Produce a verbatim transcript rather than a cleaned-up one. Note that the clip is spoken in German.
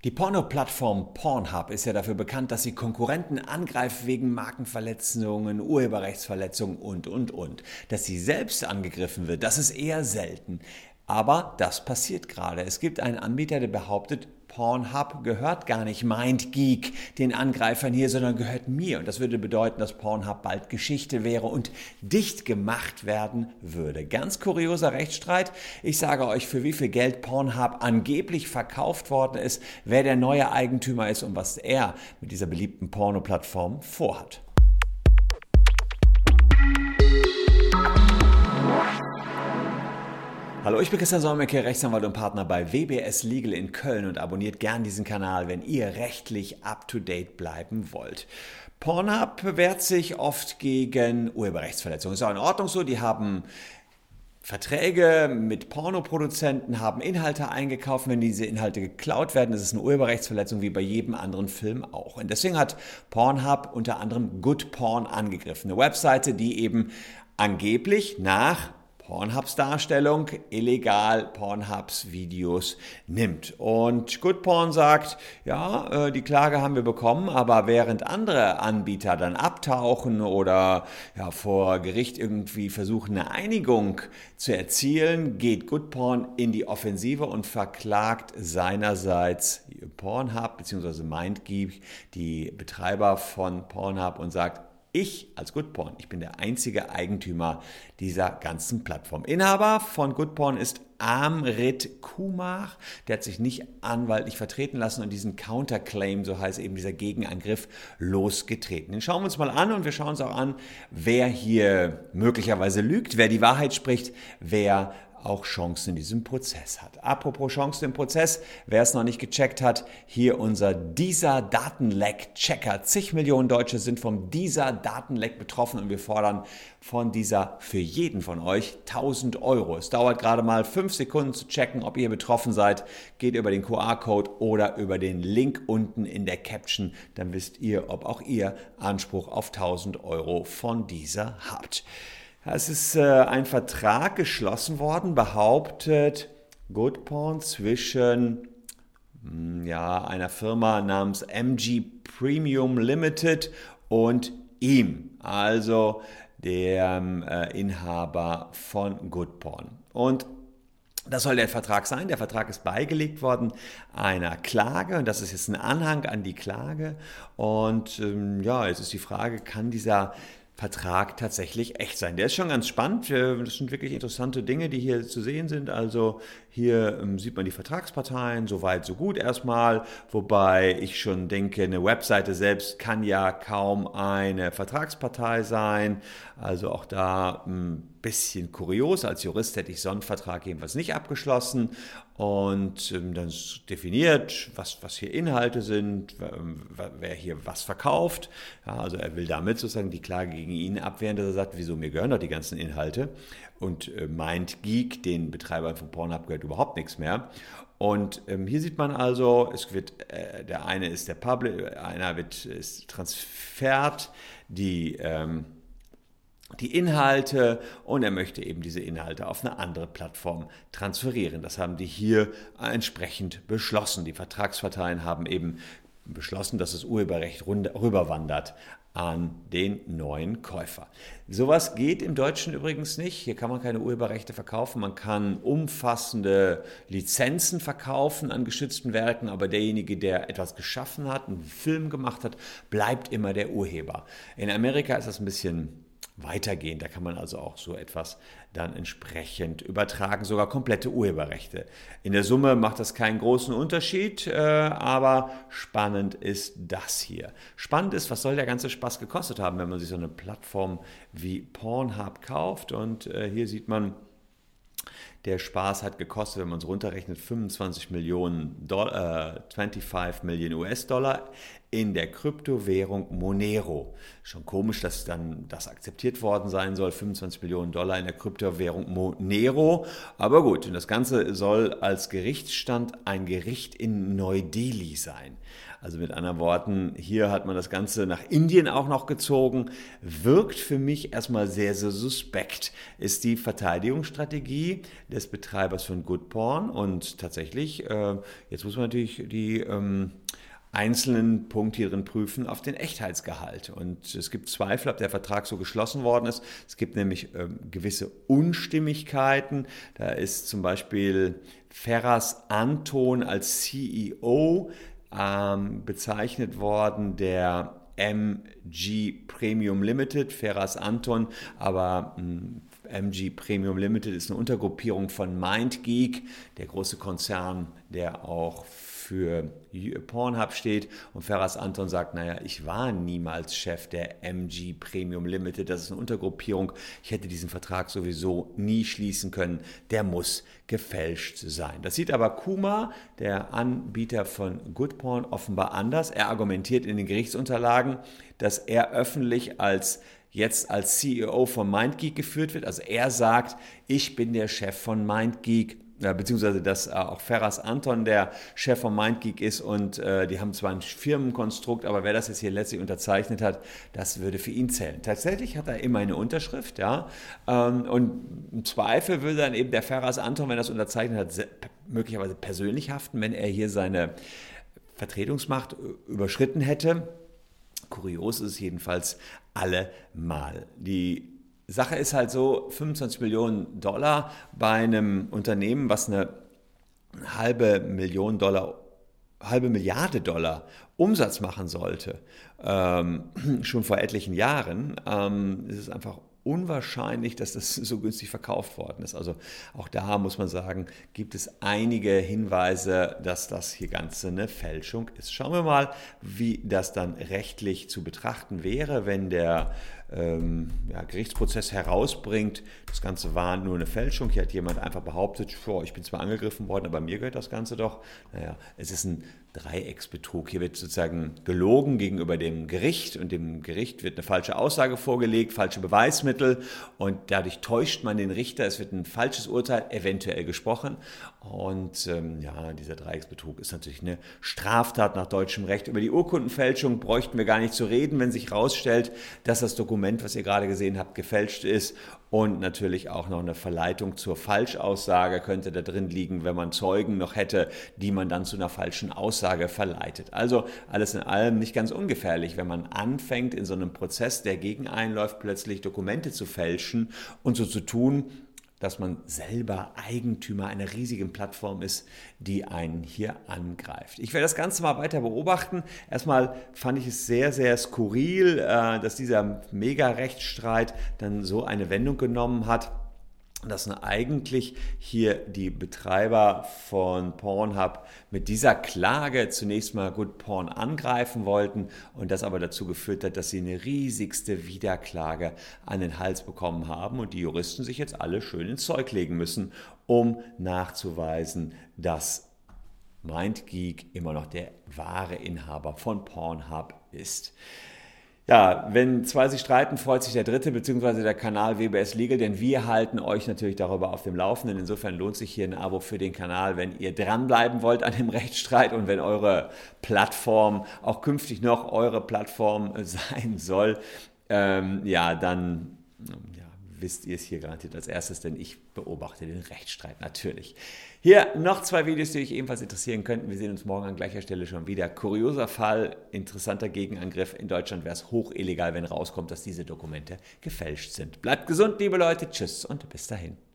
Die Porno-Plattform Pornhub ist ja dafür bekannt, dass sie Konkurrenten angreift wegen Markenverletzungen, Urheberrechtsverletzungen und, und, und. Dass sie selbst angegriffen wird, das ist eher selten. Aber das passiert gerade. Es gibt einen Anbieter, der behauptet, Pornhub gehört gar nicht MindGeek, den Angreifern hier, sondern gehört mir. Und das würde bedeuten, dass Pornhub bald Geschichte wäre und dicht gemacht werden würde. Ganz kurioser Rechtsstreit. Ich sage euch, für wie viel Geld Pornhub angeblich verkauft worden ist, wer der neue Eigentümer ist und was er mit dieser beliebten Porno-Plattform vorhat. Hallo, ich bin Christian Solmecke, Rechtsanwalt und Partner bei W B S Legal in Köln und abonniert gern diesen Kanal, wenn ihr rechtlich up-to-date bleiben wollt. Pornhub wehrt sich oft gegen Urheberrechtsverletzungen. Ist auch in Ordnung so, die haben Verträge mit Pornoproduzenten, haben Inhalte eingekauft. Wenn diese Inhalte geklaut werden, ist es eine Urheberrechtsverletzung wie bei jedem anderen Film auch. Und deswegen hat Pornhub unter anderem Good Porn angegriffen. Eine Webseite, die eben angeblich nach Pornhubs Darstellung illegal Pornhubs Videos nimmt. Und Good Porn sagt, ja, die Klage haben wir bekommen, aber während andere Anbieter dann abtauchen oder ja, vor Gericht irgendwie versuchen, eine Einigung zu erzielen, geht Good Porn in die Offensive und verklagt seinerseits Pornhub bzw. MindGeek, die Betreiber von Pornhub, und sagt, ich als Good Porn, ich bin der einzige Eigentümer dieser ganzen Plattform. Inhaber von Good Porn ist Amrit Kumar. Der hat sich nicht anwaltlich vertreten lassen und diesen Counterclaim, so heißt eben dieser Gegenangriff, losgetreten. Den schauen wir uns mal an und wir schauen uns auch an, wer hier möglicherweise lügt, wer die Wahrheit spricht, wer auch Chancen in diesem Prozess hat. Apropos Chancen im Prozess, wer es noch nicht gecheckt hat, hier unser Deezer Datenleck-Checker. Zig Millionen Deutsche sind vom Deezer Datenleck betroffen und wir fordern von Deezer für jeden von euch tausend Euro. Es dauert gerade mal fünf Sekunden zu checken, ob ihr betroffen seid. Geht über den Q R-Code oder über den Link unten in der Caption. Dann wisst ihr, ob auch ihr Anspruch auf tausend Euro von Deezer habt. Es ist äh, ein Vertrag geschlossen worden, behauptet Good Porn, zwischen mh, ja, einer Firma namens M G Premium Limited und ihm, also dem äh, Inhaber von Good Porn. Und das soll der Vertrag sein. Der Vertrag ist beigelegt worden einer Klage und das ist jetzt ein Anhang an die Klage. Und ähm, ja, jetzt ist die Frage, kann dieser Vertrag tatsächlich echt sein. Der ist schon ganz spannend. Das sind wirklich interessante Dinge, die hier zu sehen sind. Also hier ähm, sieht man die Vertragsparteien, so weit, so gut erstmal. Wobei ich schon denke, eine Webseite selbst kann ja kaum eine Vertragspartei sein. Also auch da ein bisschen kurios. Als Jurist hätte ich so einen Vertrag jedenfalls nicht abgeschlossen. Und ähm, dann ist definiert, was, was hier Inhalte sind, wer hier was verkauft. Ja, also er will damit sozusagen die Klage gegen ihn abwehren, dass er sagt, wieso, mir gehören doch die ganzen Inhalte. Und äh, MindGeek, den Betreibern von Pornhub, gehört überhaupt nichts mehr. Und ähm, hier sieht man also, es wird, äh, der eine ist der Public, einer wird ist transfert, die ähm, die Inhalte, und er möchte eben diese Inhalte auf eine andere Plattform transferieren. Das haben die hier entsprechend beschlossen. Die Vertragsparteien haben eben beschlossen, dass das Urheberrecht rüberwandert an den neuen Käufer. Sowas geht im Deutschen übrigens nicht. Hier kann man keine Urheberrechte verkaufen. Man kann umfassende Lizenzen verkaufen an geschützten Werken, aber derjenige, der etwas geschaffen hat, einen Film gemacht hat, bleibt immer der Urheber. In Amerika ist das ein bisschen weitergehend. Da kann man also auch so etwas dann entsprechend übertragen, sogar komplette Urheberrechte. In der Summe macht das keinen großen Unterschied, äh, aber spannend ist das hier. Spannend ist, was soll der ganze Spaß gekostet haben, wenn man sich so eine Plattform wie Pornhub kauft. Und äh, hier sieht man, der Spaß hat gekostet, wenn man es runterrechnet, fünfundzwanzig Millionen Dollar, äh, fünfundzwanzig Millionen U S-Dollar. in der Kryptowährung Monero. Schon komisch, dass dann das akzeptiert worden sein soll, fünfundzwanzig Millionen Dollar in der Kryptowährung Monero. Aber gut, und das Ganze soll als Gerichtsstand ein Gericht in Neu-Delhi sein. Also mit anderen Worten, hier hat man das Ganze nach Indien auch noch gezogen. Wirkt für mich erstmal sehr, sehr suspekt. Ist die Verteidigungsstrategie des Betreibers von Goodporn. Und tatsächlich, äh, jetzt muss man natürlich die ähm, einzelnen Punkte hier drin prüfen auf den Echtheitsgehalt. Und es gibt Zweifel, ob der Vertrag so geschlossen worden ist. Es gibt nämlich ähm, gewisse Unstimmigkeiten. Da ist zum Beispiel Ferraz Anton als C E O ähm, bezeichnet worden, der M G Premium Limited, Ferraz Anton, aber mh, M G Premium Limited ist eine Untergruppierung von MindGeek, der große Konzern, der auch für Pornhub steht. Und Ferraz Anton sagt, naja, ich war niemals Chef der M G Premium Limited, das ist eine Untergruppierung, ich hätte diesen Vertrag sowieso nie schließen können, der muss gefälscht sein. Das sieht aber Kuma, der Anbieter von Goodporn, offenbar anders. Er argumentiert in den Gerichtsunterlagen, dass er öffentlich als jetzt als C E O von MindGeek geführt wird. Also er sagt, ich bin der Chef von MindGeek, ja, beziehungsweise dass äh, auch Ferraz Anton der Chef von MindGeek ist und äh, die haben zwar ein Firmenkonstrukt, aber wer das jetzt hier letztlich unterzeichnet hat, das würde für ihn zählen. Tatsächlich hat er immer eine Unterschrift, ja, ähm, und im Zweifel würde dann eben der Ferraz Anton, wenn er das unterzeichnet hat, se- möglicherweise persönlich haften, wenn er hier seine Vertretungsmacht überschritten hätte. Kurios ist es jedenfalls allemal. Die Sache ist halt so, fünfundzwanzig Millionen Dollar bei einem Unternehmen, was eine halbe Million Dollar, halbe Milliarde Dollar Umsatz machen sollte, ähm, schon vor etlichen Jahren, ähm, ist es einfach unwahrscheinlich, dass das so günstig verkauft worden ist. Also auch da muss man sagen, gibt es einige Hinweise, dass das hier Ganze eine Fälschung ist. Schauen wir mal, wie das dann rechtlich zu betrachten wäre, wenn der ähm, ja, Gerichtsprozess herausbringt, das Ganze war nur eine Fälschung. Hier hat jemand einfach behauptet, oh, ich bin zwar angegriffen worden, aber mir gehört das Ganze doch. Naja, es ist ein Dreiecksbetrug. Hier wird sozusagen gelogen gegenüber dem Gericht und dem Gericht wird eine falsche Aussage vorgelegt, falsche Beweismittel und dadurch täuscht man den Richter. Es wird ein falsches Urteil eventuell gesprochen und ähm, ja, dieser Dreiecksbetrug ist natürlich eine Straftat nach deutschem Recht. Über die Urkundenfälschung bräuchten wir gar nicht zu reden, wenn sich herausstellt, dass das Dokument, was ihr gerade gesehen habt, gefälscht ist. Und natürlich auch noch eine Verleitung zur Falschaussage könnte da drin liegen, wenn man Zeugen noch hätte, die man dann zu einer falschen Aussage verleitet. Also alles in allem nicht ganz ungefährlich, wenn man anfängt, in so einem Prozess, der gegen einen läuft, plötzlich Dokumente zu fälschen und so zu tun, dass man selber Eigentümer einer riesigen Plattform ist, die einen hier angreift. Ich werde das Ganze mal weiter beobachten. Erstmal fand ich es sehr, sehr skurril, dass dieser Mega-Rechtsstreit dann so eine Wendung genommen hat, dass eigentlich hier die Betreiber von Pornhub mit dieser Klage zunächst mal Goodporn angreifen wollten und das aber dazu geführt hat, dass sie eine riesigste Wiederklage an den Hals bekommen haben und die Juristen sich jetzt alle schön ins Zeug legen müssen, um nachzuweisen, dass MindGeek immer noch der wahre Inhaber von Pornhub ist. Ja, wenn zwei sich streiten, freut sich der Dritte, beziehungsweise der Kanal W B S Legal, denn wir halten euch natürlich darüber auf dem Laufenden. Insofern lohnt sich hier ein Abo für den Kanal, wenn ihr dranbleiben wollt an dem Rechtsstreit und wenn eure Plattform auch künftig noch eure Plattform sein soll, ähm, ja, dann ja, wisst ihr es hier garantiert als erstes, denn ich beobachte den Rechtsstreit natürlich. Hier noch zwei Videos, die euch ebenfalls interessieren könnten. Wir sehen uns morgen an gleicher Stelle schon wieder. Kurioser Fall, interessanter Gegenangriff. In Deutschland wäre es hoch illegal, wenn rauskommt, dass diese Dokumente gefälscht sind. Bleibt gesund, liebe Leute. Tschüss und bis dahin.